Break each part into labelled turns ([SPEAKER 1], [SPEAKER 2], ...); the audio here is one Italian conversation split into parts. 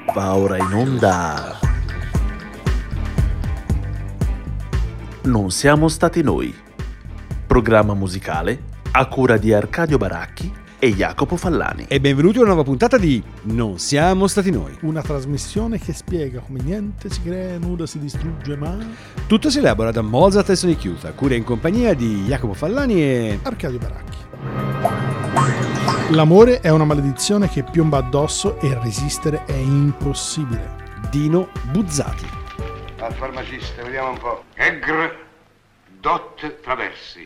[SPEAKER 1] Va ora in onda. Non siamo stati noi. Programma musicale a cura di Arcadio Baracchi e Jacopo Fallani.
[SPEAKER 2] E benvenuti a una nuova puntata di Non siamo stati noi.
[SPEAKER 3] Una trasmissione che spiega come niente si crea, nulla si distrugge, ma
[SPEAKER 2] Tutto si elabora da Mozart e Sony Chiusa, cura in compagnia di Jacopo Fallani e
[SPEAKER 3] Arcadio Baracchi. L'amore è una maledizione che piomba addosso e resistere è impossibile.
[SPEAKER 2] Dino Buzzati.
[SPEAKER 4] Al farmacista, vediamo un po'. Egr dot traversi.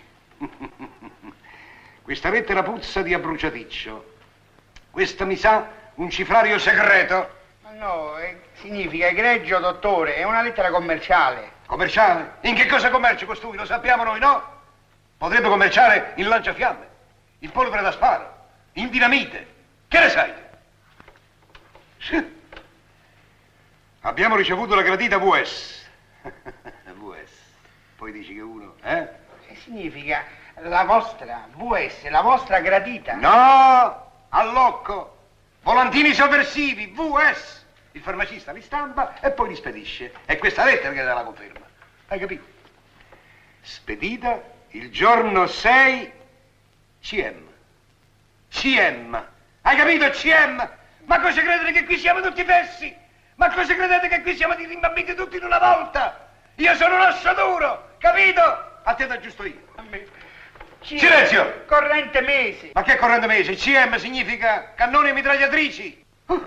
[SPEAKER 4] Questa lettera puzza di abbruciaticcio. Questa mi sa un cifrario segreto.
[SPEAKER 5] Ma no, significa egregio dottore, è una lettera commerciale.
[SPEAKER 4] Commerciale? In che cosa commercia costui? Lo sappiamo noi, no? Potrebbe commerciare in lanciafiamme, in polvere da sparo, in dinamite. Che ne sai? Sì. Abbiamo ricevuto la gradita VS. VS. Poi dici che uno,
[SPEAKER 5] Significa la vostra VS, la vostra gradita.
[SPEAKER 4] No! Allocco! Volantini sovversivi, VS! Il farmacista li stampa e poi li spedisce. È questa lettera che dà la conferma. Hai capito? Spedita il giorno 6 CM. CM. Hai capito? CM. Ma cosa credete che qui siamo tutti fessi? Ma cosa credete che qui siamo rimbambiti tutti in una volta? Io sono un osso duro, capito? A te da giusto io.
[SPEAKER 5] A me.
[SPEAKER 4] Silenzio!
[SPEAKER 5] Corrente mese.
[SPEAKER 4] Ma che corrente mese? CM significa cannoni e mitragliatrici.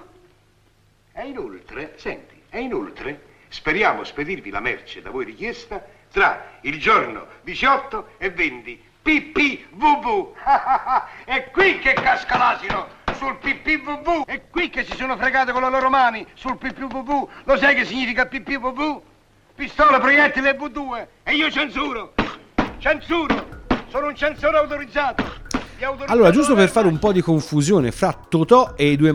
[SPEAKER 4] E inoltre, speriamo spedirvi la merce da voi richiesta tra il giorno 18 e 20. PPVV. È qui che casca l'asino, sul PPVV. È qui che si sono fregate con le loro mani, sul PPVV. Lo sai che significa PPVV? Pistola, proiettile e V2. E io censuro. Sono un censore autorizzato.
[SPEAKER 2] Allora, giusto per fare un po' di confusione fra Totò e i due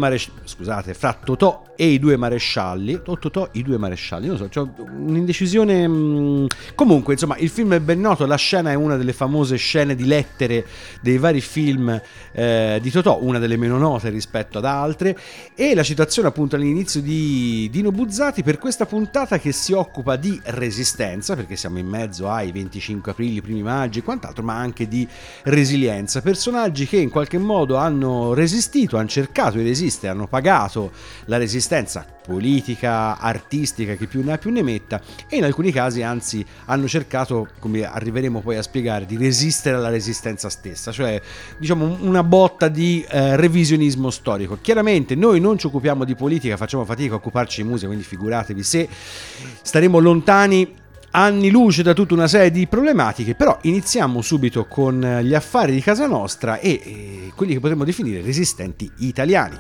[SPEAKER 2] marescialli, o Totò i due marescialli, non so, c'ho un'indecisione. Comunque, insomma, il film è ben noto, la scena è una delle famose scene di lettere dei vari film di Totò, una delle meno note rispetto ad altre, e la citazione appunto all'inizio di Dino Buzzati per questa puntata che si occupa di resistenza, perché siamo in mezzo ai 25 aprile, primi maggi e quant'altro, ma anche di resilienza, personaggi che in qualche modo hanno resistito, hanno cercato di resistere, hanno pagato la resistenza politica, artistica, che più ne ha più ne metta, e in alcuni casi anzi hanno cercato, come arriveremo poi a spiegare, di resistere alla resistenza stessa, cioè diciamo una botta di revisionismo storico. Chiaramente noi non ci occupiamo di politica, facciamo fatica a occuparci di musica, quindi figuratevi se staremo lontani anni luce da tutta una serie di problematiche, però iniziamo subito con gli affari di casa nostra e quelli che potremmo definire resistenti italiani.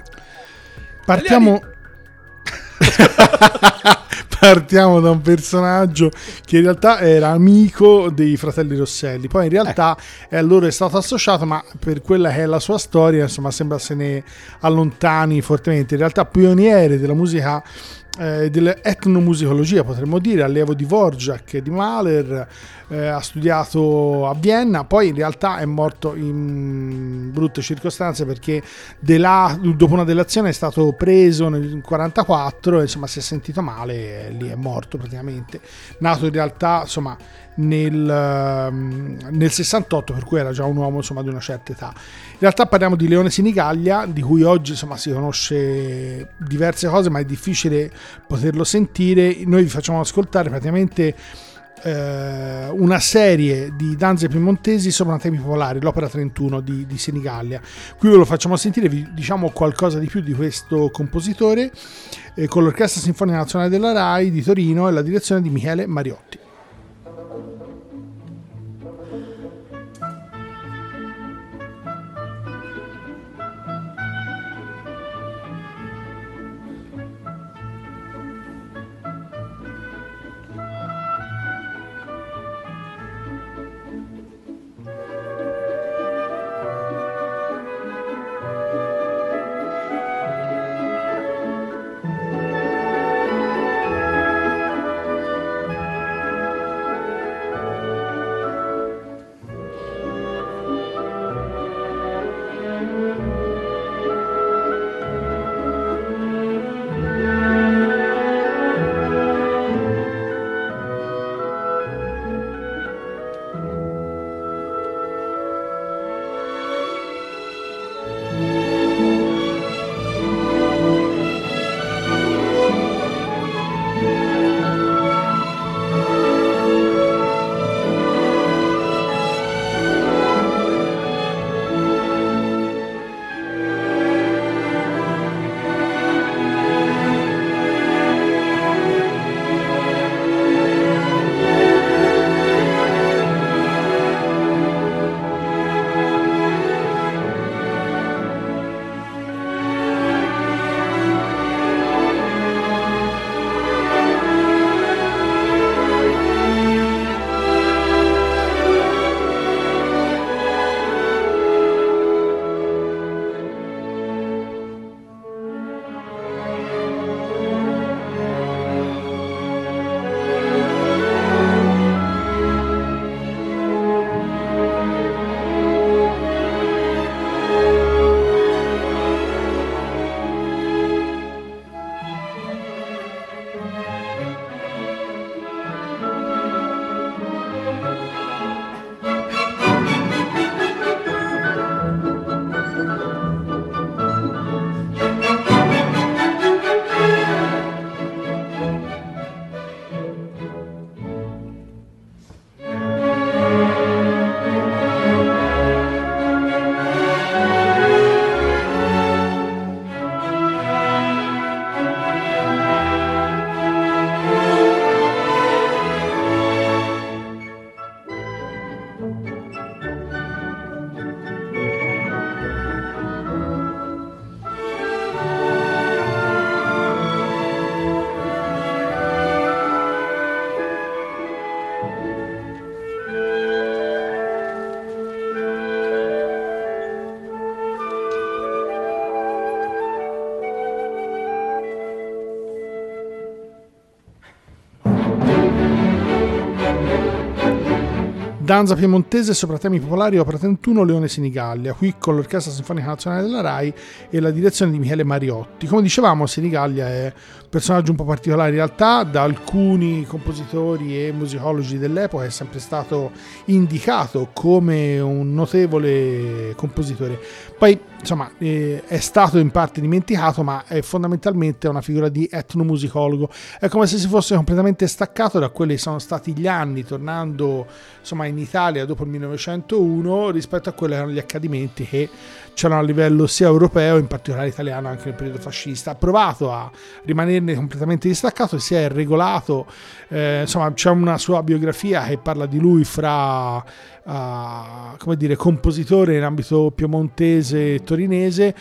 [SPEAKER 3] Partiamo da un personaggio che in realtà era amico dei fratelli Rosselli, poi in realtà loro è stato associato, ma per quella che è la sua storia, insomma, sembra se ne allontani fortemente. In realtà pioniere della musica, dell'etnomusicologia, potremmo dire, allievo di Dvorak e di Mahler, ha studiato a Vienna, poi in realtà è morto in brutte circostanze perché dopo una delazione è stato preso nel 1944 e insomma si è sentito male e lì è morto praticamente. Nato in realtà insomma nel 68, per cui era già un uomo insomma di una certa età. In realtà parliamo di Leone Sinigaglia, di cui oggi insomma si conosce diverse cose, ma è difficile poterlo sentire. Noi vi facciamo ascoltare praticamente una serie di danze piemontesi sopra temi popolari, l'opera 31 di Sinigaglia. Qui ve lo facciamo sentire, vi diciamo qualcosa di più di questo compositore, con l'Orchestra Sinfonica Nazionale della RAI di Torino e la direzione di Michele Mariotti. Danza piemontese sopra temi popolari, opera 31, Leone Senigallia, qui con l'Orchestra Sinfonica Nazionale della RAI e la direzione di Michele Mariotti. Come dicevamo, Senigallia è un personaggio un po' particolare in realtà, da alcuni compositori e musicologi dell'epoca è sempre stato indicato come un notevole compositore. Poi insomma è stato in parte dimenticato, ma è fondamentalmente una figura di etnomusicologo. È come se si fosse completamente staccato da quelli che sono stati gli anni, tornando insomma in Italia dopo il 1901, rispetto a quelli che erano gli accadimenti che c'erano a livello sia europeo, in particolare italiano, anche nel periodo fascista. Ha provato a rimanerne completamente distaccato e si è regolato, insomma c'è una sua biografia che parla di lui fra come dire, compositore in ambito piemontese e torinese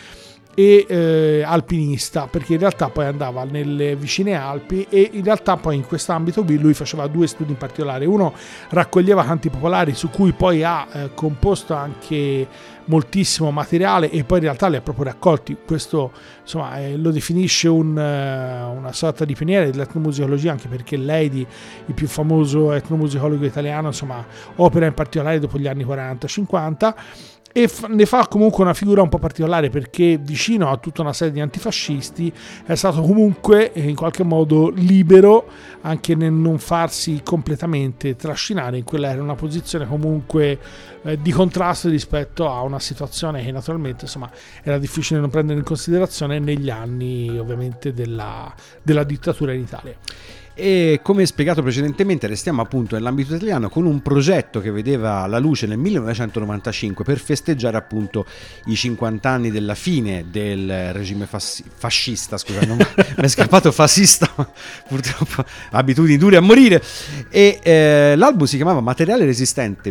[SPEAKER 3] e alpinista, perché in realtà poi andava nelle vicine Alpi e in realtà poi in quest'ambito qui lui faceva due studi in particolare. Uno raccoglieva canti popolari su cui poi ha composto anche moltissimo materiale e poi in realtà li ha proprio raccolti. Questo insomma lo definisce una sorta di pioniere dell'etnomusicologia, anche perché Leidi, il più famoso etnomusicologo italiano, insomma opera in particolare dopo gli anni 40-50 e ne fa comunque una figura un po' particolare, perché vicino a tutta una serie di antifascisti è stato comunque in qualche modo libero anche nel non farsi completamente trascinare in quella era una posizione comunque di contrasto rispetto a una situazione che naturalmente insomma era difficile non prendere in considerazione negli anni ovviamente della dittatura in Italia.
[SPEAKER 2] E come spiegato precedentemente restiamo appunto nell'ambito italiano con un progetto che vedeva la luce nel 1995 per festeggiare appunto i 50 anni della fine del regime fascista, scusa, non mi è scappato fascista, purtroppo abitudini dure a morire, e l'album si chiamava Materiale Resistente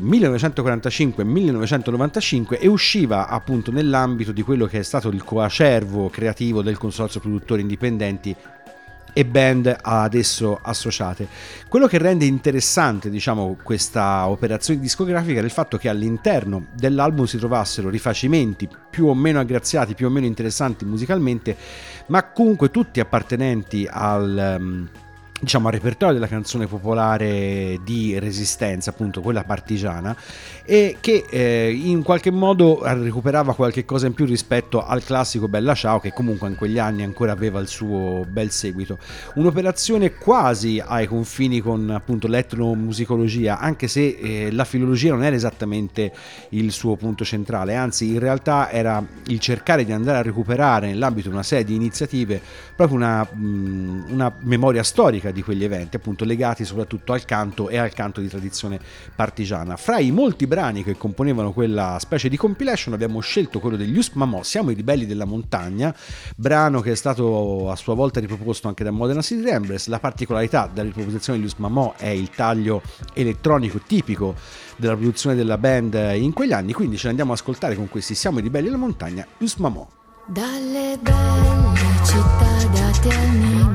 [SPEAKER 2] 1945-1995 e usciva appunto nell'ambito di quello che è stato il coacervo creativo del Consorzio Produttori Indipendenti e band ad esso associate. Quello che rende interessante, diciamo, questa operazione discografica è il fatto che all'interno dell'album si trovassero rifacimenti più o meno aggraziati, più o meno interessanti musicalmente, ma comunque tutti appartenenti al repertorio della canzone popolare di resistenza, appunto quella partigiana, e che in qualche modo recuperava qualche cosa in più rispetto al classico Bella Ciao, che comunque in quegli anni ancora aveva il suo bel seguito. Un'operazione quasi ai confini con appunto l'etnomusicologia, anche se la filologia non era esattamente il suo punto centrale, anzi in realtà era il cercare di andare a recuperare nell'ambito di una serie di iniziative proprio una memoria storica di quegli eventi, appunto legati soprattutto al canto e al canto di tradizione partigiana. Fra i molti brani che componevano quella specie di compilation abbiamo scelto quello degli Usp Mamò, Siamo i ribelli della montagna, brano che è stato a sua volta riproposto anche da Modena City Ramblers. La particolarità della riproposizione degli Usp Mamò è il taglio elettronico tipico della produzione della band in quegli anni, quindi ce ne andiamo ad ascoltare con questi Siamo i ribelli della montagna, Usp Mamò.
[SPEAKER 6] Dalle belle città date al nemico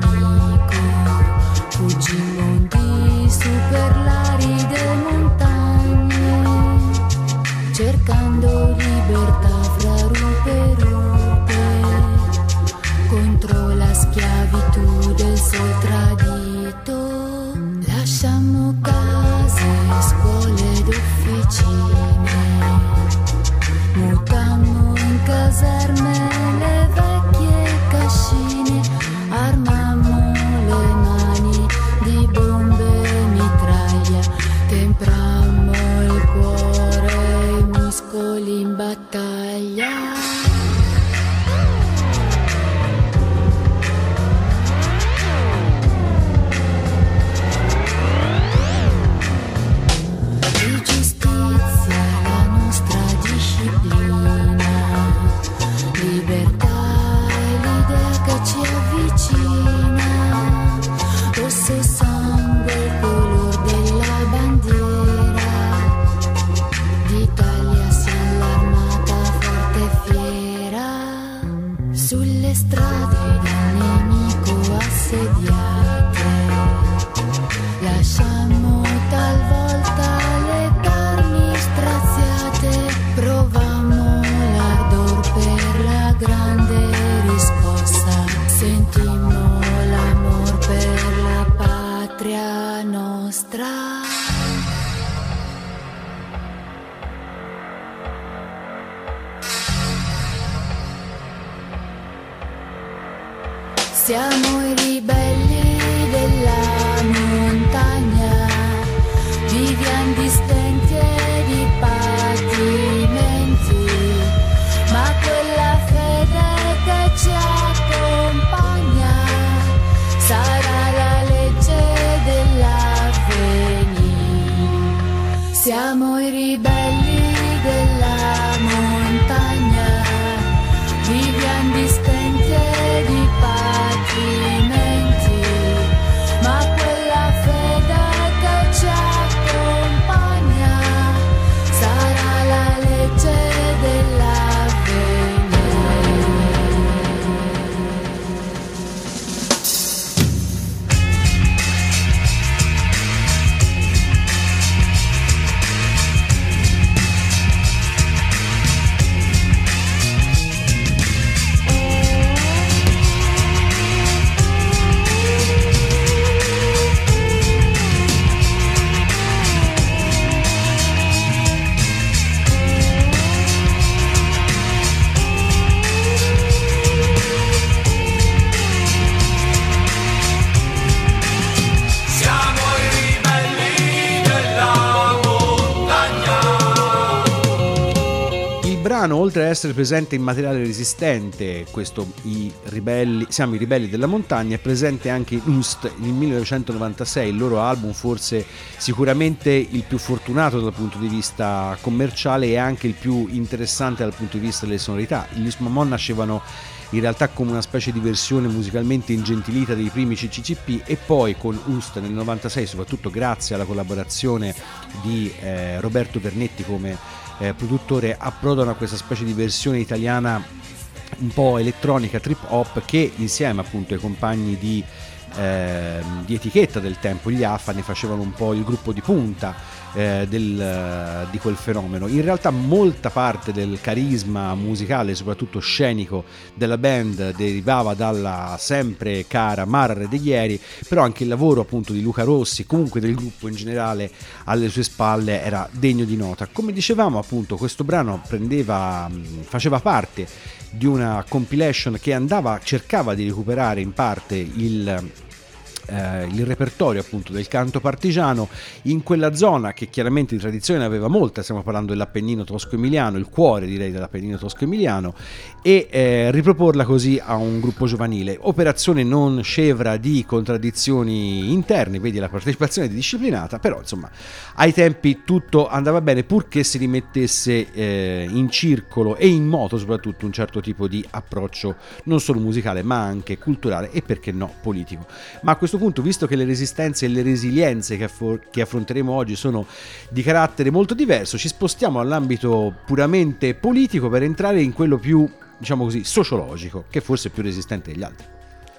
[SPEAKER 6] fuggimmo di su per l'aride montagne, cercando libertà fra rupe e rupe, contro la schiavitù del sol tradito. Lasciamo case, scuole ed officine, mutammo in caserme le vecchie cascine, armammo le mani di bombe e mitraglia, temprammo il cuore e i muscoli in battaglia. Siamo i ribelli della montagna, viviamo di stenti e di patimenti, ma quella fede che ci accompagna sarà la legge dell'avvenire. Siamo i ribelli della montagna, viviamo di stenti e di patimenti, ma quella fede che ci accompagna sarà la legge dell'avvenire.
[SPEAKER 2] Oltre ad essere presente in materiale resistente, Siamo i ribelli della montagna, è presente anche in Ust nel 1996, il loro album forse sicuramente il più fortunato dal punto di vista commerciale e anche il più interessante dal punto di vista delle sonorità. Gli Usmamon nascevano in realtà come una specie di versione musicalmente ingentilita dei primi CCCP, e poi con Ust nel 96, soprattutto grazie alla collaborazione di Roberto Vernetti come produttore, approdano a questa specie di versione italiana un po' elettronica, trip hop, che insieme appunto ai compagni di etichetta del tempo, gli AFA, ne facevano un po' il gruppo di punta di quel fenomeno. In realtà molta parte del carisma musicale, soprattutto scenico, della band derivava dalla sempre cara Mara Redeghieri, però anche il lavoro appunto di Luca Rossi, comunque del gruppo in generale, alle sue spalle era degno di nota. Come dicevamo appunto, questo brano faceva parte di una compilation che cercava di recuperare in parte il repertorio appunto del canto partigiano in quella zona che chiaramente di tradizione aveva molta. Stiamo parlando dell'Appennino tosco-emiliano, il cuore direi dell'Appennino tosco-emiliano, e riproporla così a un gruppo giovanile. Operazione non scevra di contraddizioni interne, vedi la partecipazione disciplinata, però insomma ai tempi tutto andava bene, purché si rimettesse in circolo e in moto soprattutto un certo tipo di approccio non solo musicale ma anche culturale e perché no politico. Ma a questo punto, visto che le resistenze e le resilienze che affronteremo oggi sono di carattere molto diverso, ci spostiamo all'ambito puramente politico per entrare in quello più, diciamo così, sociologico, che forse è più resistente degli altri.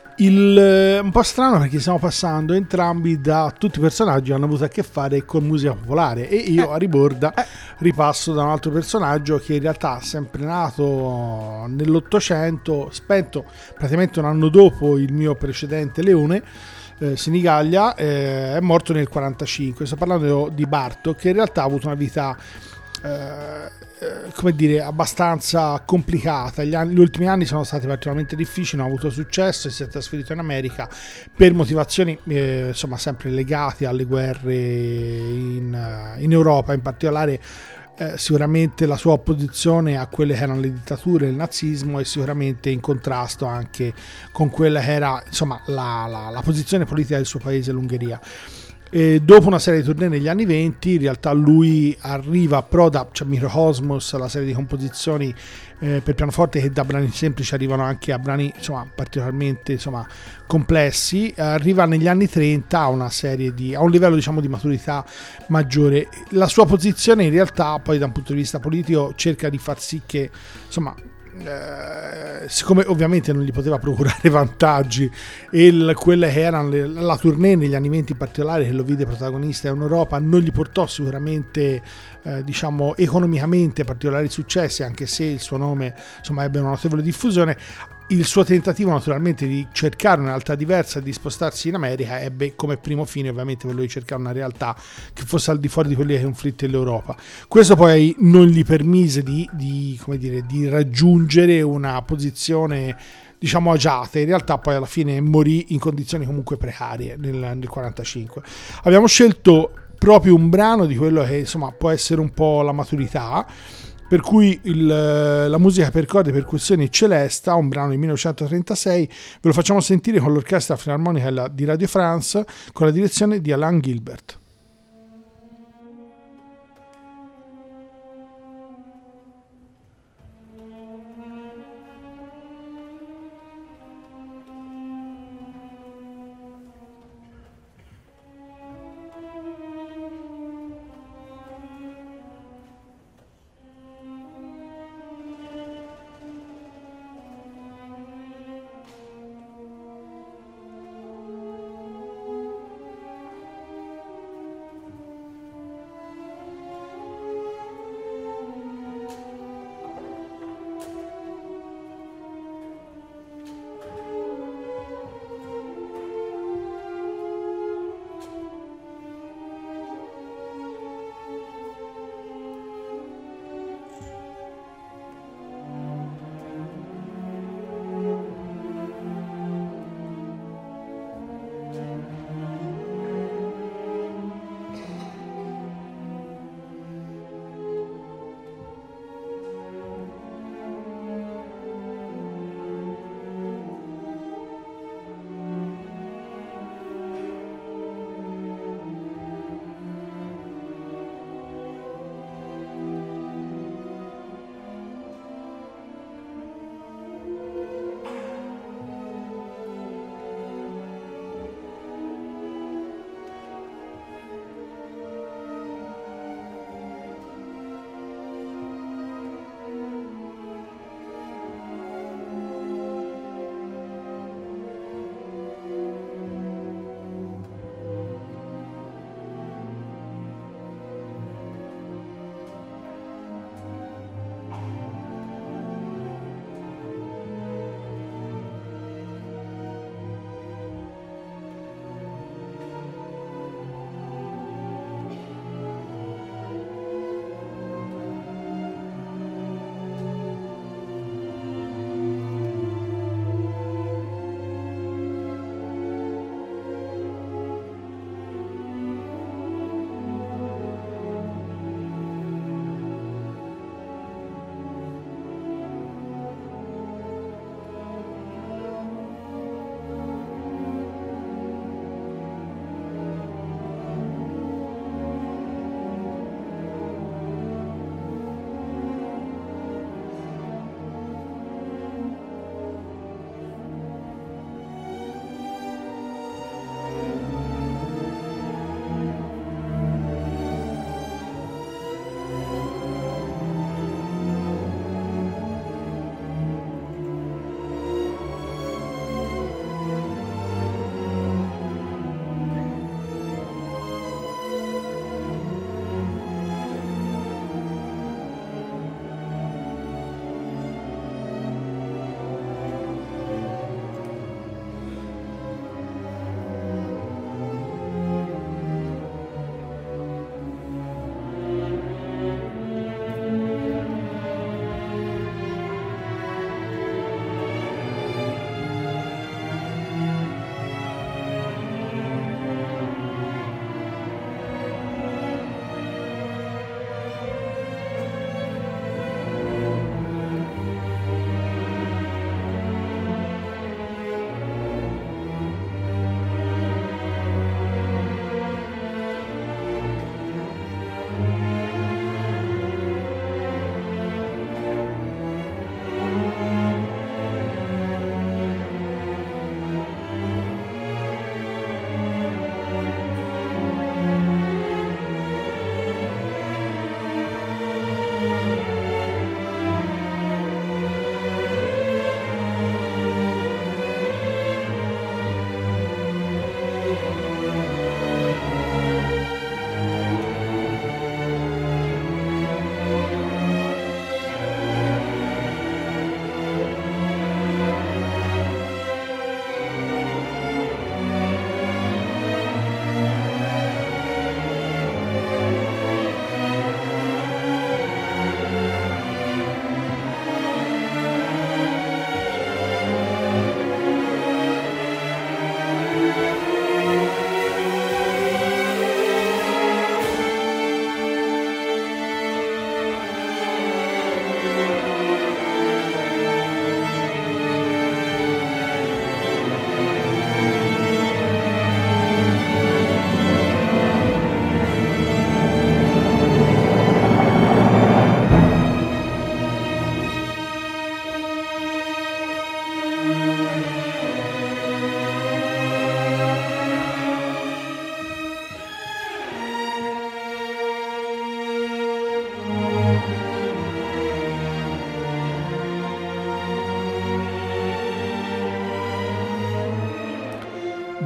[SPEAKER 3] Un po' strano, perché stiamo passando entrambi da tutti i personaggi che hanno avuto a che fare con musica popolare, e io a riborda ripasso da un altro personaggio che in realtà è sempre nato nell'800, spento praticamente un anno dopo il mio precedente Leone. Sinigaglia è morto nel 45. Sto parlando di Bartok, che in realtà ha avuto una vita come dire, abbastanza complicata. Gli ultimi anni sono stati particolarmente difficili, non ha avuto successo e si è trasferito in America per motivazioni insomma sempre legate alle guerre in Europa, in particolare sicuramente la sua opposizione a quelle che erano le dittature, il nazismo, e sicuramente in contrasto anche con quella che era insomma la posizione politica del suo paese, l'Ungheria. E dopo una serie di tournée negli anni 20, in realtà lui approda, cioè Microcosmos, la serie di composizioni per pianoforte, che da brani semplici arrivano anche a brani insomma particolarmente insomma complessi. Arriva negli anni 30 a un livello diciamo di maturità maggiore. La sua posizione in realtà poi da un punto di vista politico cerca di far sì che insomma siccome ovviamente non gli poteva procurare vantaggi, e quelle che erano la tournée negli anni 20 in particolare, che lo vide protagonista in Europa, non gli portò sicuramente diciamo economicamente particolari successi, anche se il suo nome insomma ebbe una notevole diffusione. Il suo tentativo naturalmente di cercare una realtà diversa e di spostarsi in America ebbe come primo fine ovviamente quello di cercare una realtà che fosse al di fuori di quelli che conflitti dell'Europa. Questo poi non gli permise di raggiungere una posizione diciamo agiate. In realtà poi alla fine morì in condizioni comunque precarie nel 45. Abbiamo scelto proprio un brano di quello che insomma può essere un po' la maturità, per cui la musica per corde, percussioni e celesta, un brano del 1936, ve lo facciamo sentire con l'orchestra filarmonica di Radio France con la direzione di Alain Gilbert.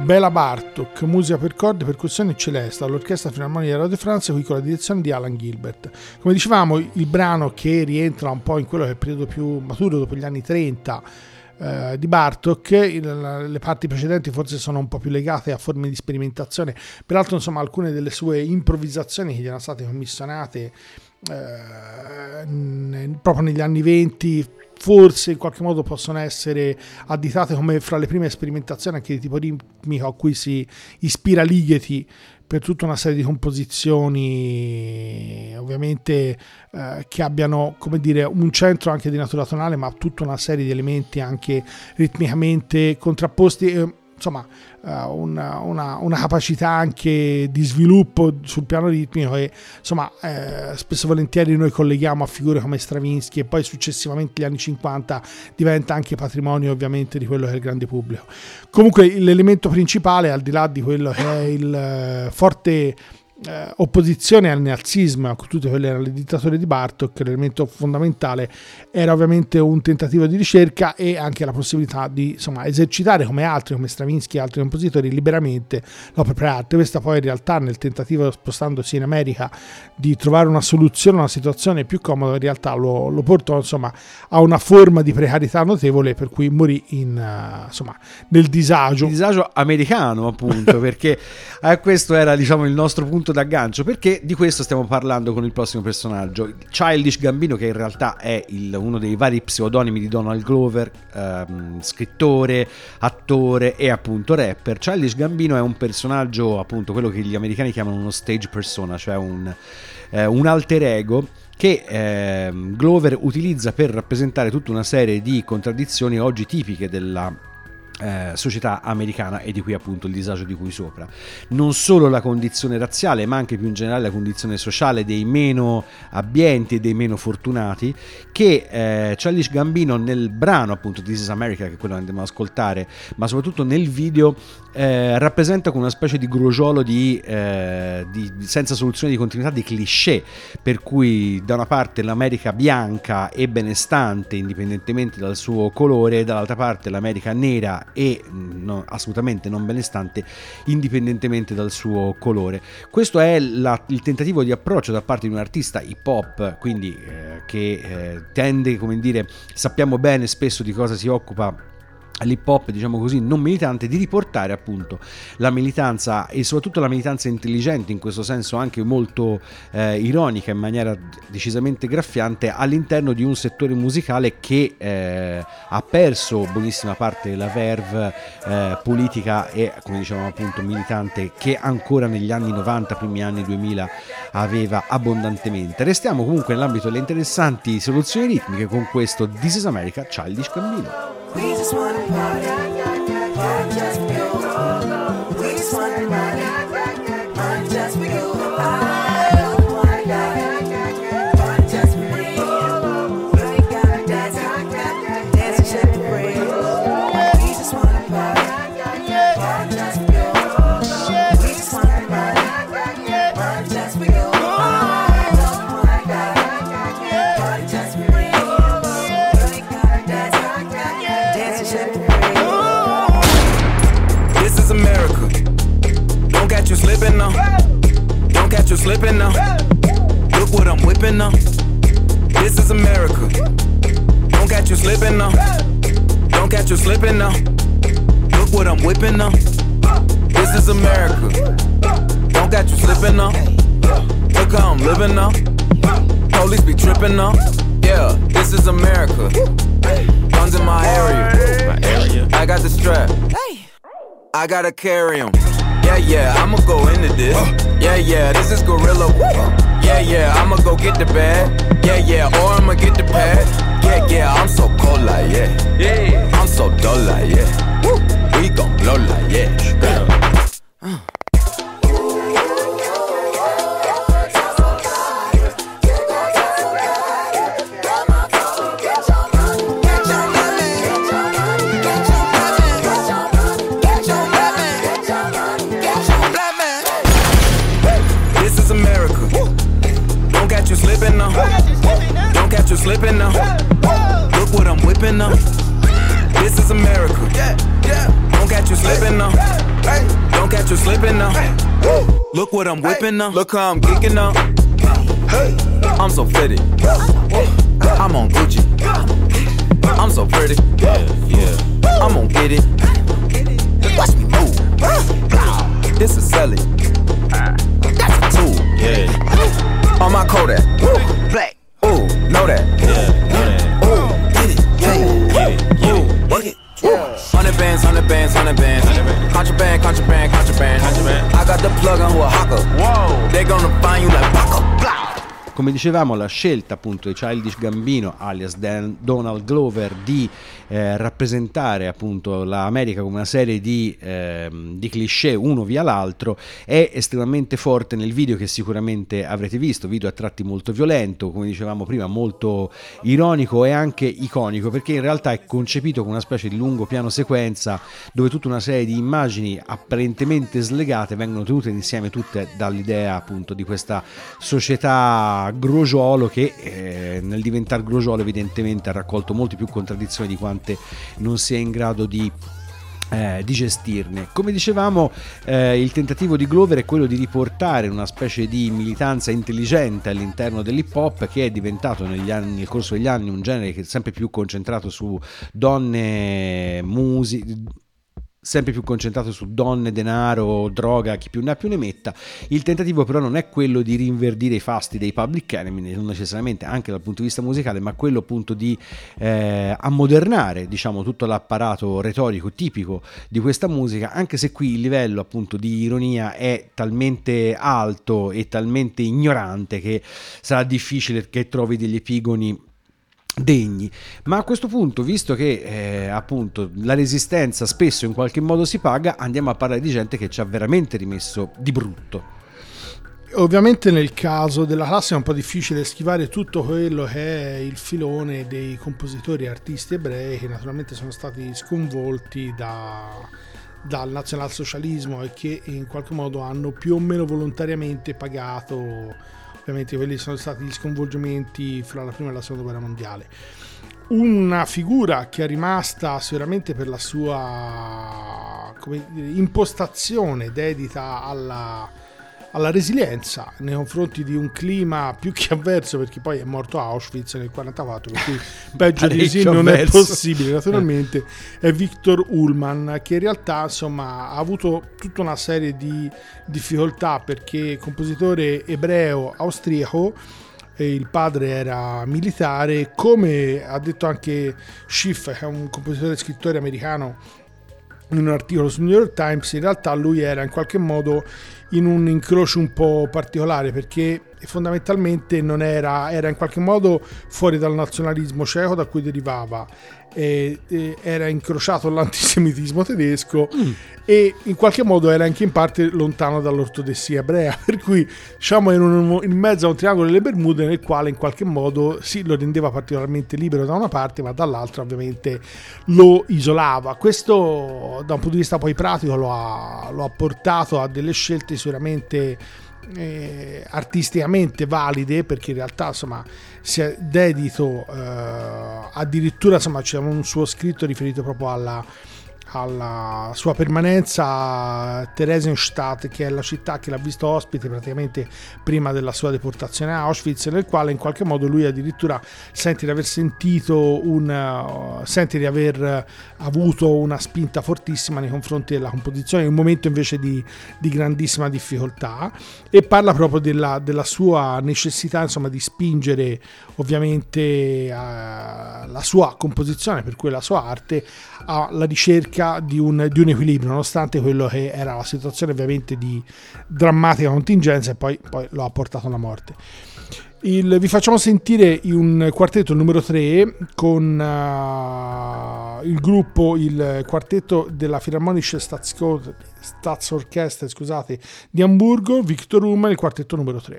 [SPEAKER 3] Bela Bartok, musica per corde, percussioni e celesta, all'Orchestra Filarmonica di Radio France, qui con la direzione di Alan Gilbert. Come dicevamo, il brano che rientra un po' in quello che è il periodo più maturo, dopo gli anni 30 di Bartok. Le parti precedenti forse sono un po' più legate a forme di sperimentazione, peraltro insomma alcune delle sue improvvisazioni che gli erano state commissionate proprio negli anni 20 forse in qualche modo possono essere additate come fra le prime sperimentazioni anche di tipo ritmico a cui si ispira Ligeti per tutta una serie di composizioni ovviamente che abbiano, come dire, un centro anche di natura tonale, ma tutta una serie di elementi anche ritmicamente contrapposti, insomma una capacità anche di sviluppo sul piano ritmico e insomma spesso e volentieri noi colleghiamo a figure come Stravinsky, e poi successivamente negli anni 50 diventa anche patrimonio ovviamente di quello che è il grande pubblico. Comunque l'elemento principale, al di là di quello che è il forte opposizione al nazismo, con tutte quelle erano le dittature di Bartok, l'elemento fondamentale era ovviamente un tentativo di ricerca e anche la possibilità di insomma esercitare come altri, come Stravinsky e altri compositori, liberamente l'opera arte. Questa poi in realtà nel tentativo, spostandosi in America, di trovare una soluzione, una situazione più comoda, in realtà lo portò insomma a una forma di precarietà notevole, per cui morì insomma nel disagio
[SPEAKER 2] americano, appunto, perché questo era diciamo il nostro punto d'aggancio, perché di questo stiamo parlando con il prossimo personaggio, Childish Gambino, che in realtà è uno dei vari pseudonimi di Donald Glover, scrittore, attore e appunto rapper. Childish Gambino è un personaggio, appunto quello che gli americani chiamano uno stage persona, cioè un alter ego che Glover utilizza per rappresentare tutta una serie di contraddizioni oggi tipiche della società americana, e di qui appunto il disagio di cui sopra. Non solo la condizione razziale, ma anche più in generale la condizione sociale dei meno abbienti e dei meno fortunati, che Childish Gambino nel brano appunto This is America, che è quello che andiamo ad ascoltare, ma soprattutto nel video rappresenta con una specie di grugiolo di senza soluzione di continuità, di cliché, per cui da una parte l'America bianca e benestante indipendentemente dal suo colore, e dall'altra parte l'America nera e assolutamente non benestante indipendentemente dal suo colore. Questo è il tentativo di approccio da parte di un artista hip hop, quindi che tende, come dire, sappiamo bene spesso di cosa si occupa l'hip hop, diciamo così, non militante, di riportare appunto la militanza, e soprattutto la militanza intelligente, in questo senso anche molto ironica, in maniera decisamente graffiante, all'interno di un settore musicale che ha perso buonissima parte della verve politica e, come dicevamo appunto, militante, che ancora negli anni 90, primi anni 2000 aveva abbondantemente. Restiamo comunque nell'ambito delle interessanti soluzioni ritmiche con questo This is America, Childish Gambino.
[SPEAKER 7] We just wanna party, party just for you. We just wanna party, party just for you. I don't wanna die, party just for me. We gotta dance, dance and shake the brain. We just wanna party, party just for you. We just wanna party, party just for you. I don't wanna die, party just for me. This is America. Don't catch you slipping now. Don't catch you slipping now. Look what I'm whipping now. This is America. Don't catch you slipping now. Don't catch you slipping now. Look what I'm whipping now. This is America. Don't catch you slipping now. Look how I'm living now. Police be tripping now. Yeah, this is America. Guns in my area. I got the strap. I gotta carry 'em. Yeah, I'ma go into this. Yeah, this is gorilla. Yeah, I'ma go get the bag. Yeah, or I'ma get the pad. Yeah, I'm so cold like yeah. I'm so dull like yeah. We gon' blow like yeah. Don't catch you slipping now. Look what I'm whipping now. This is America. Don't Don't catch you slipping now. Don't catch you slipping now. Look what I'm whipping now. Look how I'm kicking now. I'm so pretty. I'm on Gucci. I'm so pretty. I'm gonna get it. Watch me move. This is selling. That's a tool. On my Kodak. Black. Ooh, know that. Ooh, get it. Ooh, work it. 100 bands, 100 bands, 100 bands. Contraband, contraband, contraband. I got the plug on who a hawker. Whoa, they gonna find you like Paco.
[SPEAKER 2] Come dicevamo, la scelta appunto di Childish Gambino alias Donald Glover di rappresentare appunto l'America come una serie di cliché uno via l'altro è estremamente forte nel video che sicuramente avrete visto, video a tratti molto violento, come dicevamo prima molto ironico e anche iconico, perché in realtà è concepito come una specie di lungo piano sequenza dove tutta una serie di immagini apparentemente slegate vengono tenute insieme tutte dall'idea appunto di questa società Grogiolo che nel diventare Grogiolo evidentemente ha raccolto molte più contraddizioni di quante non sia in grado di gestirne. Come dicevamo, il tentativo di Glover è quello di riportare una specie di militanza intelligente all'interno dell'hip hop, che è diventato nel corso degli anni un genere che è sempre più concentrato su donne, sempre più concentrato su donne, denaro, droga, chi più ne ha più ne metta. Il tentativo però non è quello di rinverdire i fasti dei Public Enemy, non necessariamente anche dal punto di vista musicale, ma quello appunto di ammodernare, diciamo, tutto l'apparato retorico tipico di questa musica, anche se qui il livello appunto di ironia è talmente alto e talmente ignorante che sarà difficile che trovi degli epigoni degni. Ma a questo punto, visto che appunto la resistenza spesso in qualche modo si paga, andiamo a parlare di gente che ci ha veramente rimesso di brutto.
[SPEAKER 3] Ovviamente nel caso della classe è un po' difficile schivare tutto quello che è il filone dei compositori e artisti ebrei che naturalmente sono stati sconvolti dal nazionalsocialismo e che in qualche modo hanno più o meno volontariamente pagato. Ovviamente quelli sono stati gli sconvolgimenti fra la prima e la seconda guerra mondiale. Una figura che è rimasta sicuramente per la sua impostazione dedita alla resilienza nei confronti di un clima più che avverso, perché poi è morto a Auschwitz nel 1944, per cui peggio di così non è possibile naturalmente, è Victor Ullmann, che in realtà insomma ha avuto tutta una serie di difficoltà perché compositore ebreo austriaco, e il padre era militare, come ha detto anche Schiff, che è un compositore e scrittore americano, in un articolo sul New York Times. In realtà lui era in qualche modo in un incrocio un po' particolare, perché fondamentalmente non era in qualche modo fuori dal nazionalismo ceco da cui derivava, era incrociato l'antisemitismo tedesco e in qualche modo era anche in parte lontano dall'ortodossia ebrea, per cui diciamo erano in mezzo a un triangolo delle Bermude nel quale in qualche modo sì, lo rendeva particolarmente libero da una parte, ma dall'altra ovviamente lo isolava. Questo da un punto di vista poi pratico lo ha portato a delle scelte sicuramente artisticamente valide, perché in realtà insomma si è dedito addirittura, insomma c'è un suo scritto riferito proprio alla sua permanenza a Theresienstadt, che è la città che l'ha visto ospite praticamente prima della sua deportazione a Auschwitz, nel quale in qualche modo lui addirittura sente di aver avuto una spinta fortissima nei confronti della composizione in un momento invece di grandissima difficoltà, e parla proprio della sua necessità insomma di spingere ovviamente la sua composizione, per cui la sua arte, alla ricerca di un equilibrio, nonostante quello che era la situazione ovviamente di drammatica contingenza, e poi lo ha portato alla morte. Vi facciamo sentire un quartetto numero 3 con il quartetto della Philharmonische Staatsorchester, di Amburgo, Victor Ullmann, il quartetto numero 3.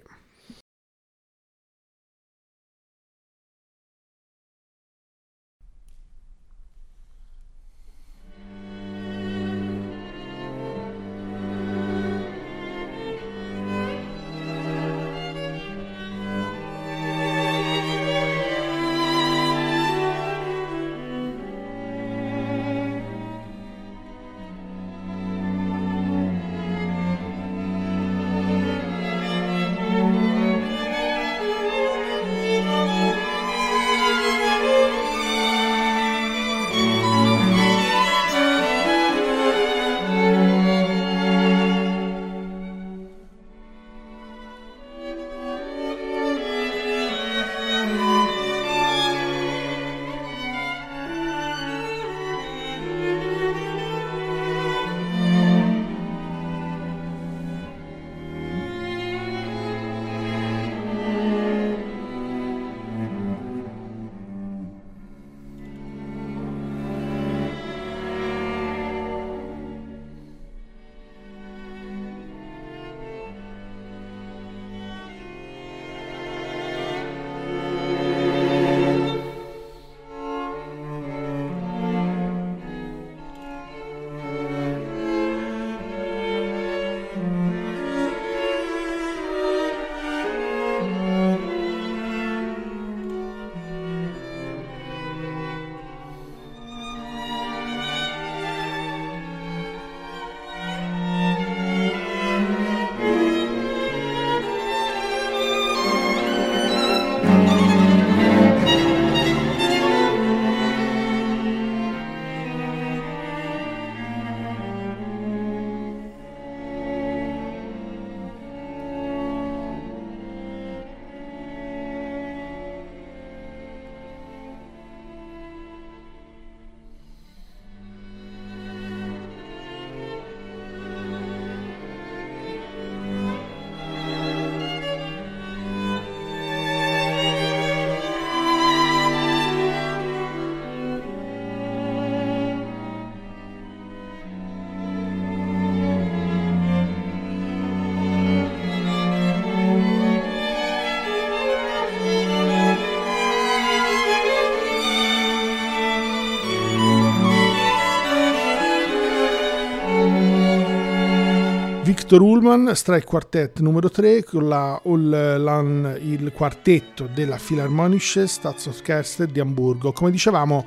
[SPEAKER 3] Victor Ullmann, Streich Quartet numero 3, con il quartetto della Philharmonische Staatsorchester di Amburgo. Come dicevamo,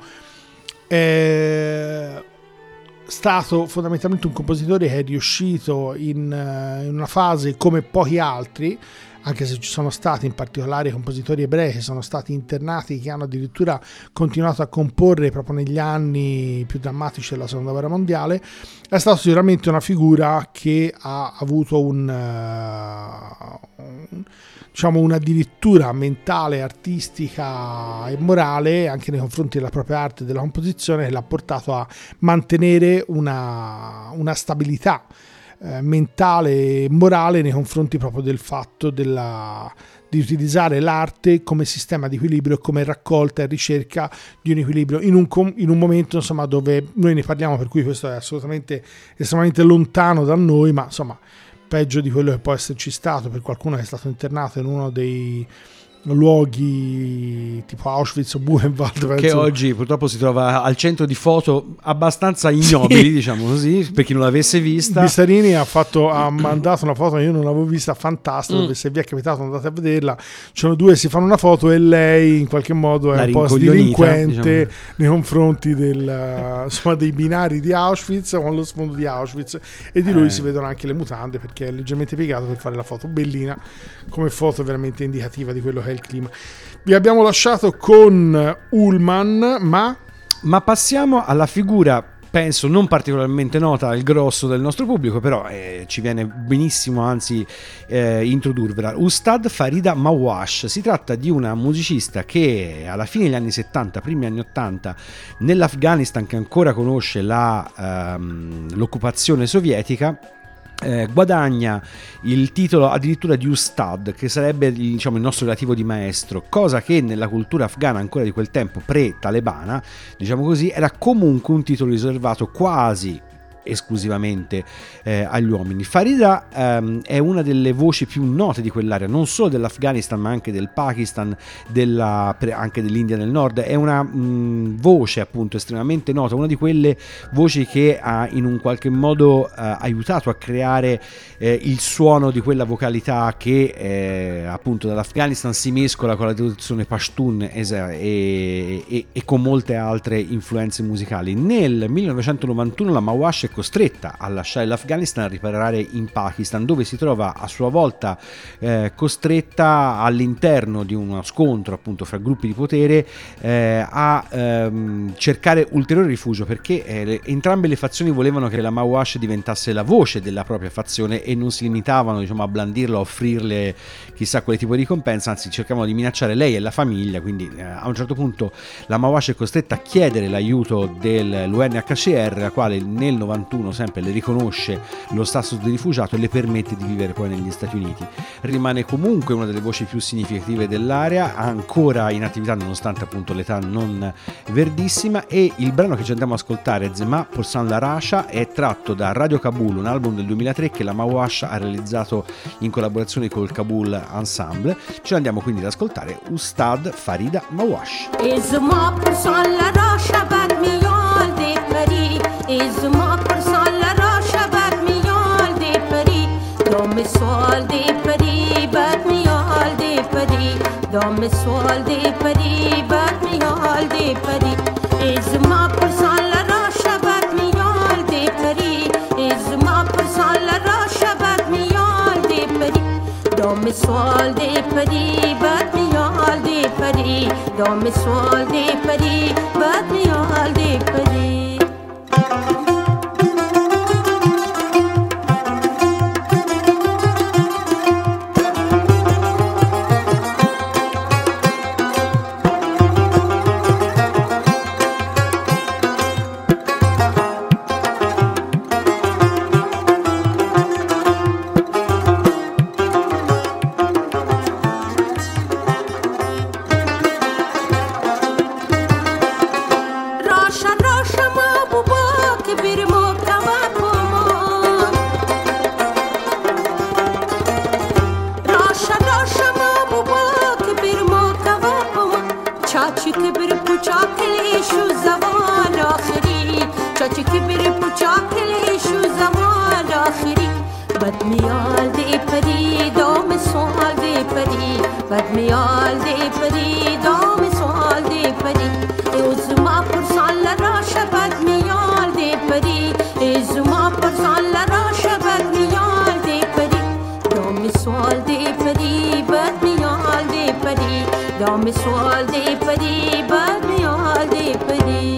[SPEAKER 3] è stato fondamentalmente un compositore che è riuscito in una fase come pochi altri, anche se ci sono stati in particolare compositori ebrei che sono stati internati, che hanno addirittura continuato a comporre proprio negli anni più drammatici della seconda guerra mondiale. È stato sicuramente una figura che ha avuto un'addirittura mentale, artistica e morale anche nei confronti della propria arte e della composizione, che l'ha portato a mantenere una stabilità mentale e morale nei confronti proprio del fatto di utilizzare l'arte come sistema di equilibrio e come raccolta e ricerca di un equilibrio in un momento, insomma, dove noi ne parliamo, per cui questo è assolutamente estremamente lontano da noi, ma insomma peggio di quello che può esserci stato per qualcuno che è stato internato in uno dei luoghi tipo Auschwitz o Buchenwald,
[SPEAKER 2] che oggi purtroppo si trova al centro di foto abbastanza ignobili, sì, diciamo così, per chi non l'avesse vista.
[SPEAKER 3] Bissarini ha mandato una foto che io non l'avevo vista, fantastica, dove se vi è capitato andate a vederla, ci sono due, si fanno una foto e lei in qualche modo è un po' delinquente, diciamo, nei confronti dei binari di Auschwitz, con lo sfondo di Auschwitz, e di lui si vedono anche le mutande, perché è leggermente piegato per fare la foto, bellina come foto, veramente indicativa di quello che è il clima. Vi abbiamo lasciato con Ullmann, ma
[SPEAKER 2] passiamo alla figura, penso non particolarmente nota al grosso del nostro pubblico, però ci viene benissimo anzi introdurvela. Ustad Farida Mawash. Si tratta di una musicista che alla fine degli anni 70, primi anni 80, nell'Afghanistan che ancora conosce l'occupazione sovietica, guadagna il titolo addirittura di Ustad, che sarebbe il nostro relativo di maestro, cosa che nella cultura afghana ancora di quel tempo, pre-talebana, diciamo così, era comunque un titolo riservato quasi esclusivamente agli uomini. Farida è una delle voci più note di quell'area, non solo dell'Afghanistan ma anche del Pakistan, anche dell'India del Nord. È una voce appunto estremamente nota, una di quelle voci che ha in un qualche modo aiutato a creare il suono di quella vocalità che appunto dall'Afghanistan si mescola con la traduzione Pashtun e con molte altre influenze musicali. Nel 1991 la Mawash è costretta a lasciare l'Afghanistan, a riparare in Pakistan, dove si trova a sua volta costretta all'interno di uno scontro appunto fra gruppi di potere a cercare ulteriore rifugio, perché entrambe le fazioni volevano che la Mawash diventasse la voce della propria fazione e non si limitavano, diciamo, a blandirla, a offrirle chissà quale tipo di ricompensa, anzi cercavano di minacciare lei e la famiglia. Quindi a un certo punto la Mawash è costretta a chiedere l'aiuto dell'UNHCR, la quale nel 91 sempre le riconosce lo status di rifugiato e le permette di vivere poi negli Stati Uniti. Rimane comunque una delle voci più significative dell'area, ancora in attività nonostante appunto l'età non verdissima, e il brano che ci andiamo ad ascoltare, Zema Porsan la Rasha, è tratto da Radio Kabul, un album del 2003 che la Mawash ha realizzato in collaborazione col Kabul Ensemble. Ce l'andiamo quindi ad ascoltare, Ustad Farida Mawash.
[SPEAKER 8] سوال دے پری بات میں حال دے پری دم سوال دے پری بات میں حال دے پری ازما پرسان لرا شبات میں حال دے پری ازما پرسان لرا شبات میں حال دے پری دم سوال دے پری بات میں حال دے پری دم سوال دے پری بات میں حال دے پری me all day pari, do me so all day pari, but me all day pari, do me so all day pari. Uzma pursan la rasha, but me all day pari. Uzma pursan la rasha, but me all day pari. Do me so all day pari, but me all day pari. Do me so all day pari, but me all day pari.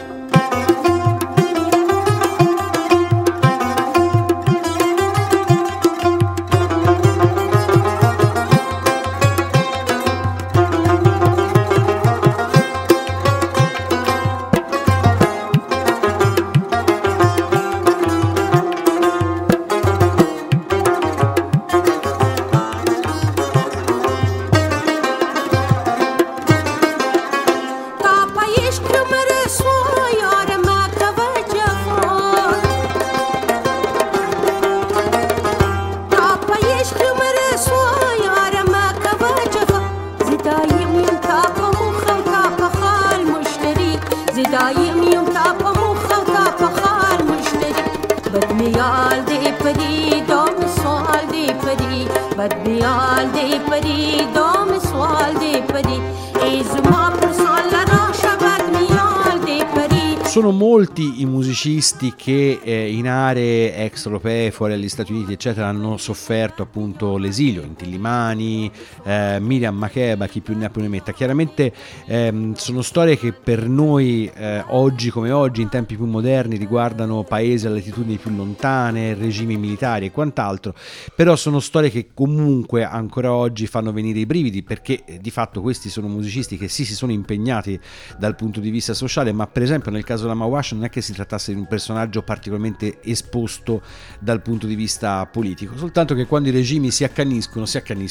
[SPEAKER 2] Sono molti i musicisti che in aree extraeuropee, fuori agli Stati Uniti eccetera, hanno sofferto appunto l'esilio. Inti-Illimani, Miriam Makeba, chi più ne ha più ne metta. Chiaramente sono storie che per noi oggi come oggi, in tempi più moderni, riguardano paesi a latitudini più lontane, regimi militari e quant'altro, però sono storie che comunque ancora oggi fanno venire i brividi, perché di fatto questi sono musicisti che sì, si sono impegnati dal punto di vista sociale, ma per esempio nel caso della Mawash non è che si trattasse di un personaggio particolarmente esposto dal punto di vista politico, soltanto che quando i regimi si accaniscono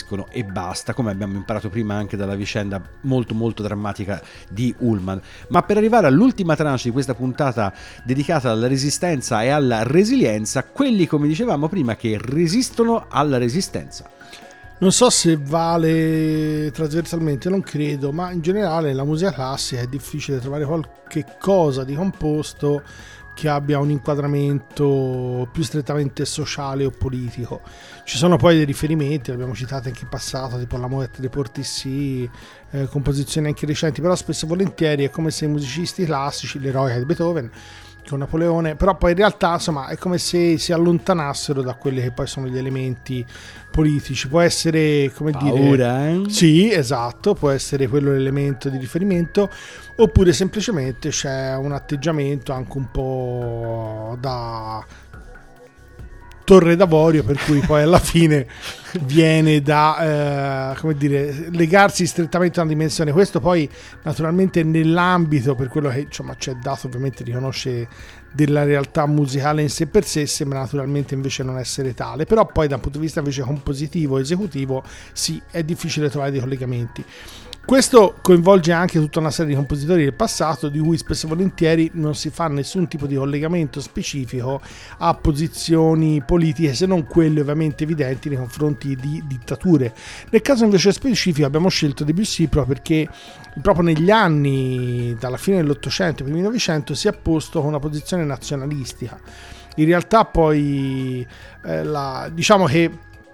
[SPEAKER 2] e basta, come abbiamo imparato prima anche dalla vicenda molto molto drammatica di Ullman. Ma per arrivare all'ultima tranche di questa puntata dedicata alla resistenza e alla resilienza, quelli, come dicevamo prima, che resistono alla resistenza.
[SPEAKER 3] Non so se vale trasversalmente, non credo, ma in generale nella musica classica è difficile trovare qualche cosa di composto che abbia un inquadramento più strettamente sociale o politico. Ci sono poi dei riferimenti, li abbiamo citati anche in passato, tipo la Moët de Portici, composizioni anche recenti, però spesso e volentieri è come se i musicisti classici, l'eroica di Beethoven con Napoleone, però poi in realtà insomma è come se si allontanassero da quelli che poi sono gli elementi politici. Può essere, come
[SPEAKER 2] paura,
[SPEAKER 3] dire, sì, esatto, può essere quello l'elemento di riferimento, oppure semplicemente c'è un atteggiamento anche un po' da torre d'avorio, per cui poi alla fine viene da come dire, legarsi strettamente a una dimensione. Questo poi naturalmente nell'ambito, per quello che insomma c'è dato ovviamente riconosce della realtà musicale in sé per sé, sembra naturalmente invece non essere tale, però poi da un punto di vista invece compositivo, esecutivo, sì, è difficile trovare dei collegamenti. Questo coinvolge anche tutta una serie di compositori del passato di cui spesso e volentieri non si fa nessun tipo di collegamento specifico a posizioni politiche, se non quelle ovviamente evidenti nei confronti di dittature. Nel caso invece specifico abbiamo scelto Debussy proprio perché proprio negli anni dalla fine dell'Ottocento e primi Novecento si è posto con una posizione nazionalistica. In realtà poi diciamo che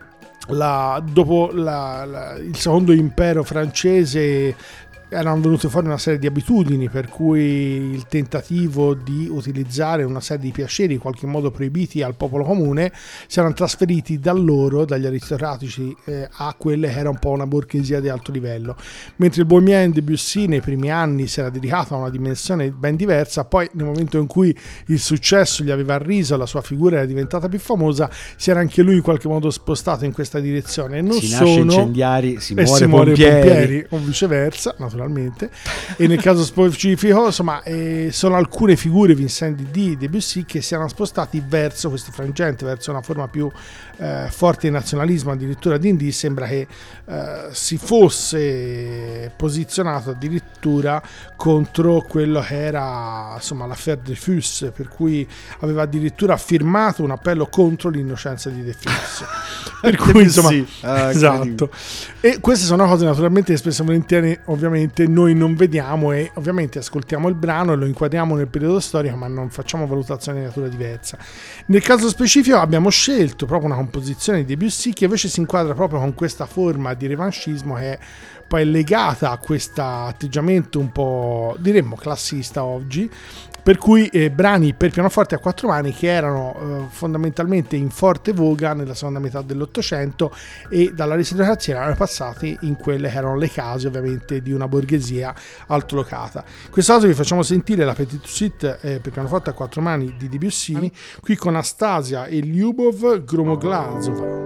[SPEAKER 3] dopo il secondo impero francese erano venute fuori una serie di abitudini, per cui il tentativo di utilizzare una serie di piaceri in qualche modo proibiti al popolo comune si erano trasferiti da loro, dagli aristocratici, a quelle che era un po' una borghesia di alto livello, mentre il Bohemien Debussy nei primi anni si era dedicato a una dimensione ben diversa. Poi nel momento in cui il successo gli aveva arriso, la sua figura era diventata più famosa, si era anche lui in qualche modo spostato in questa direzione. E non
[SPEAKER 2] si nasce incendiari, si muore
[SPEAKER 3] pompieri, o viceversa, naturalmente. E nel caso specifico insomma sono alcune figure vincenti di Debussy che si erano spostati verso questo frangente, verso una forma più forte di nazionalismo. Addirittura Dindy sembra che si fosse posizionato addirittura contro quello che era insomma l'affaire Dreyfus, per cui aveva addirittura firmato un appello contro l'innocenza di Dreyfus. Per cui insomma esatto. E queste sono cose naturalmente che spesso e volentieri ovviamente ovviamente noi non vediamo, e ovviamente ascoltiamo il brano e lo inquadriamo nel periodo storico, ma non facciamo valutazioni di natura diversa. Nel caso specifico abbiamo scelto proprio una composizione di Debussy che invece si inquadra proprio con questa forma di revanchismo che poi è legata a questo atteggiamento un po', diremmo, classista oggi, per cui brani per pianoforte a quattro mani che erano fondamentalmente in forte voga nella seconda metà dell'Ottocento, e dall'aristocrazia erano passati in quelle che erano le case ovviamente di una borghesia altolocata. In questo caso vi facciamo sentire la Petite Suite per pianoforte a quattro mani di Debussy, qui con Anastasia e Lyubov Gromoglazova.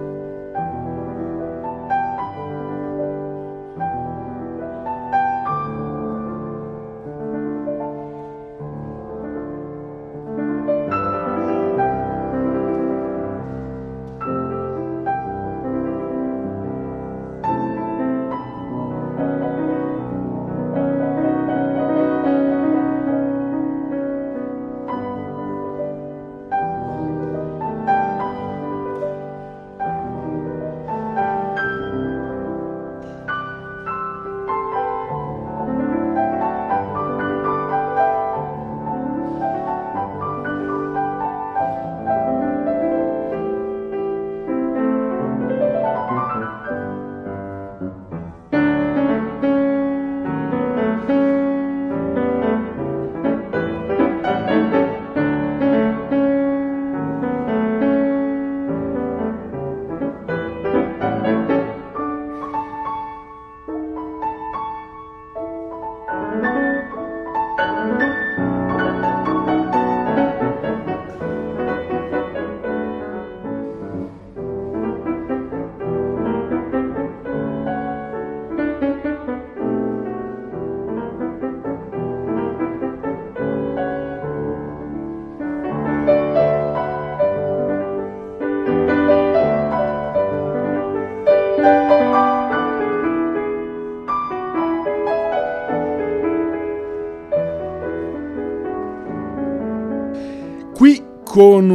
[SPEAKER 3] Qui con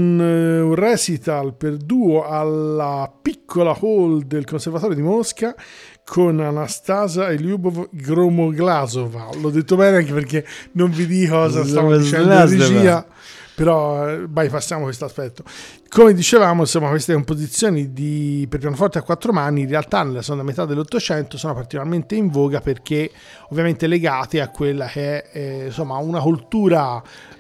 [SPEAKER 3] un recital per duo alla piccola hall del Conservatorio di Mosca con Anastasia e Lyubov Gromoglazova. L'ho detto bene anche perché non vi dico cosa stavo dicendo in regia, però bypassiamo questo aspetto. Come dicevamo, insomma, queste composizioni per pianoforte a quattro mani in realtà nella seconda metà dell'Ottocento sono particolarmente in voga perché ovviamente legate a quella che è insomma una cultura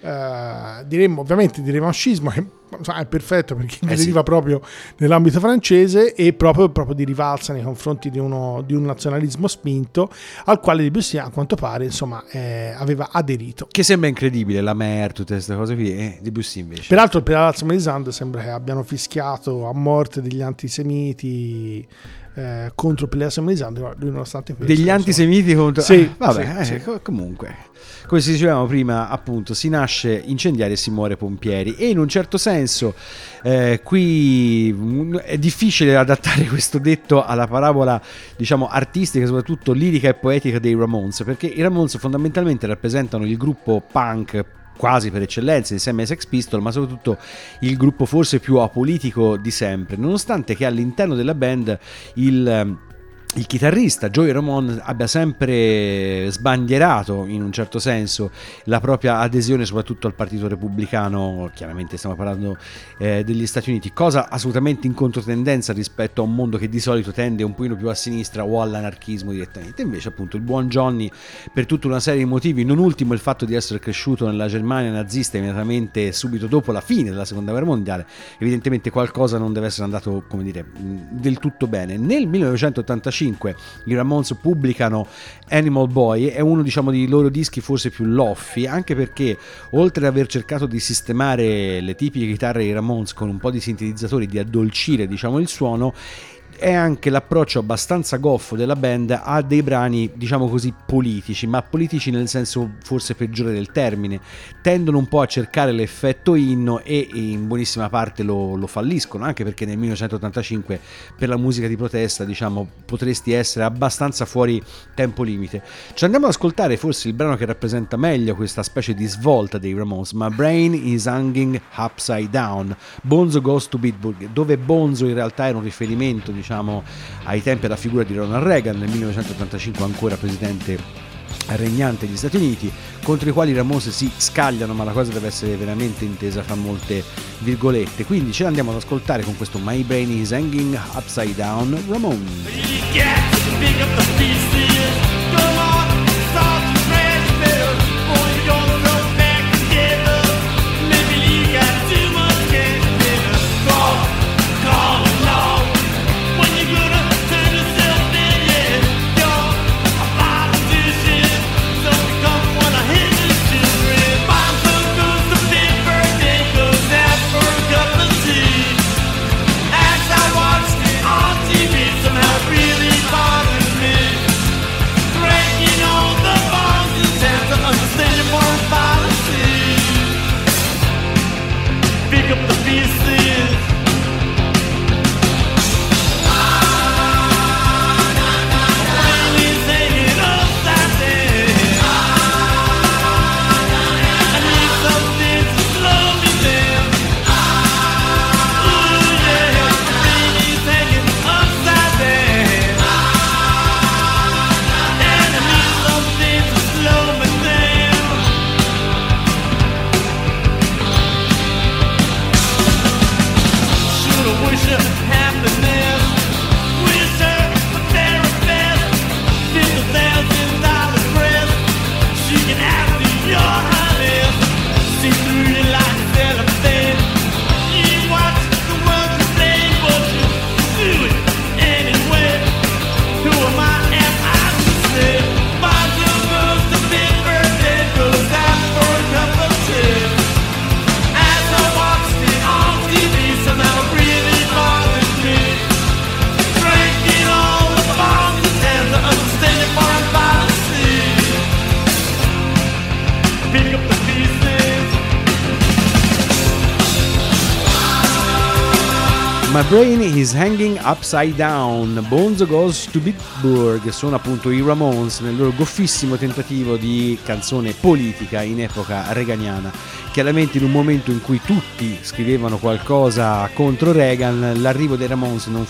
[SPEAKER 3] diremmo ovviamente di revanchismo, che è perfetto perché deriva proprio nell'ambito francese e proprio di rivalsa nei confronti di un nazionalismo spinto al quale Debussy a quanto pare insomma aveva aderito.
[SPEAKER 2] Che sembra incredibile, la Mer, tutte queste cose qui, e Debussy invece.
[SPEAKER 3] Peraltro il Palazzo Melisande sembra che abbiano fischiato a morte degli antisemiti contro Palazzo Melisande, lui nonostante questo
[SPEAKER 2] degli antisemiti contro
[SPEAKER 3] vabbè, sì.
[SPEAKER 2] Comunque, come si dicevamo prima, appunto, si nasce incendiari e si muore pompieri, e in un certo senso qui è difficile adattare questo detto alla parabola, diciamo, artistica, soprattutto lirica e poetica dei Ramones, perché i Ramones fondamentalmente rappresentano il gruppo punk quasi per eccellenza insieme ai Sex Pistols, ma soprattutto il gruppo forse più apolitico di sempre, nonostante che all'interno della band il chitarrista Joey Ramone abbia sempre sbandierato in un certo senso la propria adesione soprattutto al partito repubblicano. Chiaramente stiamo parlando degli Stati Uniti, cosa assolutamente in controtendenza rispetto a un mondo che di solito tende un pochino più a sinistra o all'anarchismo direttamente. Invece appunto il buon Johnny, per tutta una serie di motivi, non ultimo il fatto di essere cresciuto nella Germania nazista immediatamente subito dopo la fine della seconda guerra mondiale, evidentemente qualcosa non deve essere andato, come dire, del tutto bene. Nel 1985 i Ramones pubblicano Animal Boy, è uno, diciamo, dei loro dischi forse più loffi, anche perché oltre ad aver cercato di sistemare le tipiche chitarre dei Ramones con un po' di sintetizzatori, di addolcire, diciamo, il suono, è anche l'approccio abbastanza goffo della band a dei brani, diciamo così, politici, ma politici nel senso forse peggiore del termine. Tendono un po' a cercare l'effetto inno e in buonissima parte lo falliscono, anche perché nel 1985 per la musica di protesta, diciamo, potresti essere abbastanza fuori tempo limite. Ci andiamo ad ascoltare forse il brano che rappresenta meglio questa specie di svolta dei Ramones, My Brain is Hanging Upside Down, Bonzo Goes to Bitburg, dove Bonzo in realtà era un riferimento, diciamo, diciamo ai tempi alla figura di Ronald Reagan, nel 1985 ancora presidente regnante degli Stati Uniti, contro i quali i Ramones si scagliano, ma la cosa deve essere veramente intesa fra molte virgolette. Quindi ce l'andiamo ad ascoltare con questo My Brain is Hanging Upside Down, Ramones. My Brain is Hanging Upside Down, Bones Goes to Pittsburgh. Sono appunto i Ramones nel loro goffissimo tentativo di canzone politica in epoca reaganiana. Chiaramente in un momento in cui tutti scrivevano qualcosa contro Reagan, l'arrivo dei Ramones non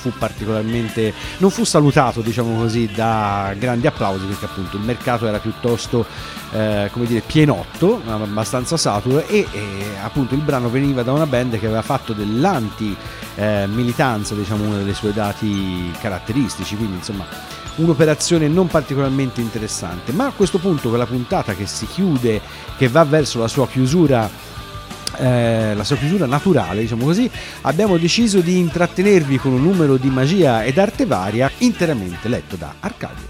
[SPEAKER 2] fu salutato, diciamo così, da grandi applausi, perché appunto il mercato era piuttosto pienotto, abbastanza saturo, e appunto il brano veniva da una band che aveva fatto dell'anti militanza, diciamo, uno dei suoi dati caratteristici, quindi insomma un'operazione non particolarmente interessante. Ma a questo punto, con la puntata che si chiude, che va verso la sua chiusura naturale, diciamo così, abbiamo deciso di intrattenervi con un numero di magia ed arte varia interamente letto da Arcadio.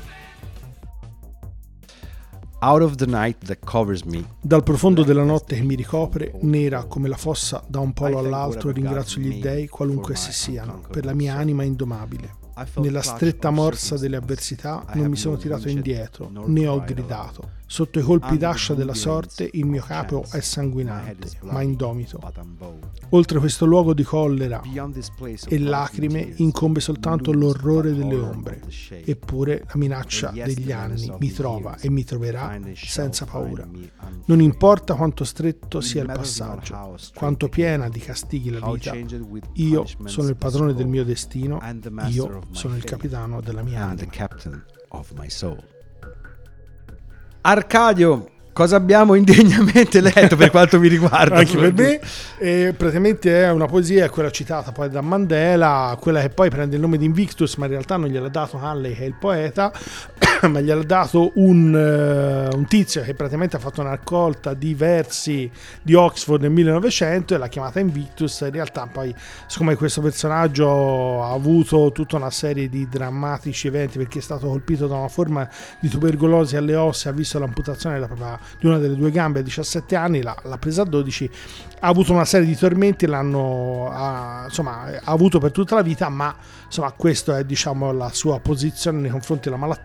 [SPEAKER 2] Out of the night that covers me.
[SPEAKER 3] Dal profondo della notte che mi ricopre, nera come la fossa da un polo all'altro, ringrazio gli dèi, qualunque essi siano, per la mia anima indomabile. Nella stretta morsa delle avversità non mi sono tirato indietro, né ho gridato. Sotto i colpi d'ascia della sorte il mio capo è sanguinante, ma indomito. Oltre questo luogo di collera e lacrime incombe soltanto l'orrore delle ombre. Eppure la minaccia degli anni mi trova e mi troverà senza paura. Non importa quanto stretto sia il passaggio, quanto piena di castighi la vita, io sono il padrone del mio destino, io sono il capitano della mia anima.
[SPEAKER 2] Arcadio, cosa abbiamo indegnamente letto per quanto mi riguarda?
[SPEAKER 3] Anche per me, praticamente è una poesia, quella citata poi da Mandela, quella che poi prende il nome di Invictus, ma in realtà non gliel'ha dato Hanley, che è il poeta, ma gliel'ha dato un tizio che praticamente ha fatto una raccolta di versi di Oxford nel 1900 e l'ha chiamata Invictus. In realtà poi, siccome questo personaggio ha avuto tutta una serie di drammatici eventi, perché è stato colpito da una forma di tubercolosi alle ossa, ha visto l'amputazione di una delle due gambe a 17 anni, l'ha presa a 12, ha avuto una serie di tormenti, ha avuto per tutta la vita, ma insomma questo è, diciamo, la sua posizione nei confronti della malattia e della vita.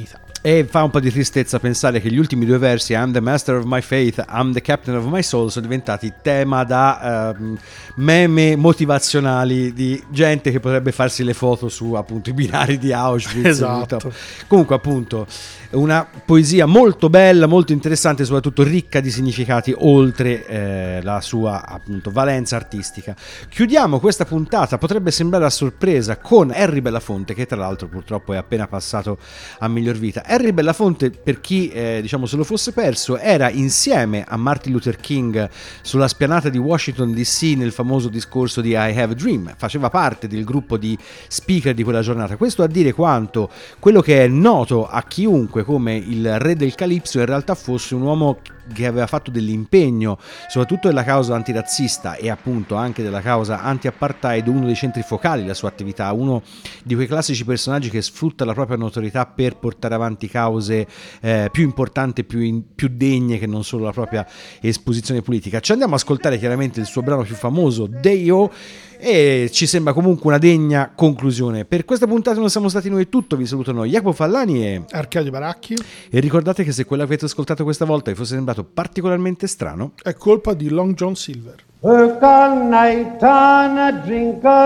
[SPEAKER 3] vita.
[SPEAKER 2] E fa un po' di tristezza pensare che gli ultimi due versi, I'm the master of my faith, I'm the captain of my soul, sono diventati tema da meme motivazionali di gente che potrebbe farsi le foto su appunto i binari di Auschwitz.
[SPEAKER 3] Esatto.
[SPEAKER 2] Comunque appunto una poesia molto bella, molto interessante, soprattutto ricca di significati oltre la sua appunto valenza artistica. Chiudiamo questa puntata, potrebbe sembrare a sorpresa, con Harry Belafonte, che tra l'altro purtroppo è appena passato a miglior vita. Harry Belafonte, per chi diciamo se lo fosse perso, era insieme a Martin Luther King sulla spianata di Washington DC nel famoso discorso di I Have a Dream, faceva parte del gruppo di speaker di quella giornata. Questo a dire quanto quello che è noto a chiunque come il re del Calipso in realtà fosse un uomo che aveva fatto dell'impegno soprattutto della causa antirazzista e appunto anche della causa anti-apartheid uno dei centri focali della sua attività, uno di quei classici personaggi che sfrutta la propria notorietà per portare avanti cause più importanti, più degne che non solo la propria esposizione politica. Ci andiamo a ascoltare chiaramente il suo brano più famoso, Day-O, e ci sembra comunque una degna conclusione. Per questa puntata non siamo stati noi, tutto, vi salutano Jacopo Fallani e
[SPEAKER 3] Arcadio Baracchi.
[SPEAKER 2] E ricordate che se quello che avete ascoltato questa volta vi fosse sembrato particolarmente strano,
[SPEAKER 3] È colpa di Long John Silver.
[SPEAKER 5] Work all night on a drink of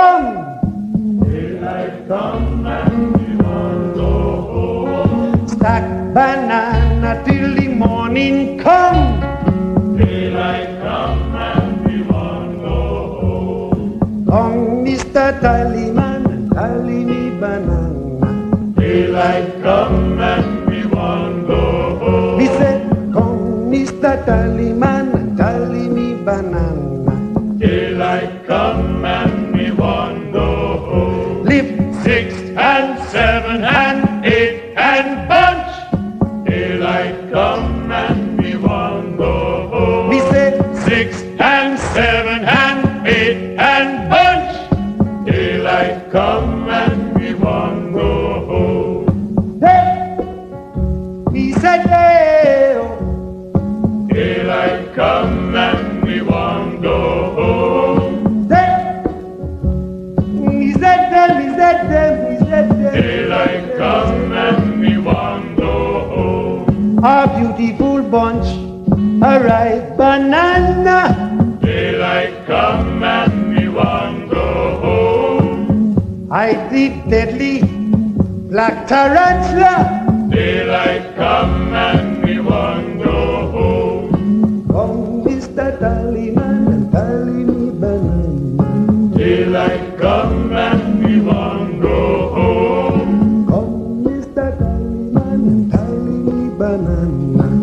[SPEAKER 5] rum. Daylight come and we want to go home. Stack banana till the morning come. Daylight come and we want to go home. Come Mr. Tallyman, tally me banana. Daylight come and we want to go home. He said, come Mr. Tallyman, tally me banana. Daylight come and we want to go home. Lift 6 and 7 and 8 and bunch. Daylight come and we want to go home. We said 6 and 7 and 8 and bunch. Daylight come and we want to go home. Day, he said day, oh. Daylight come and we want to go home. Day, he said them, he said them, he said them. Daylight come and we want to go home. A beautiful bunch, a ripe banana. Daylight come and we want to go home. I did deadly black tarantula. Daylight come and we want to go home. Come Mr. Tallyman and tally me banana. Daylight come and we want to go home. Come Mr. Tallyman and tally me banana.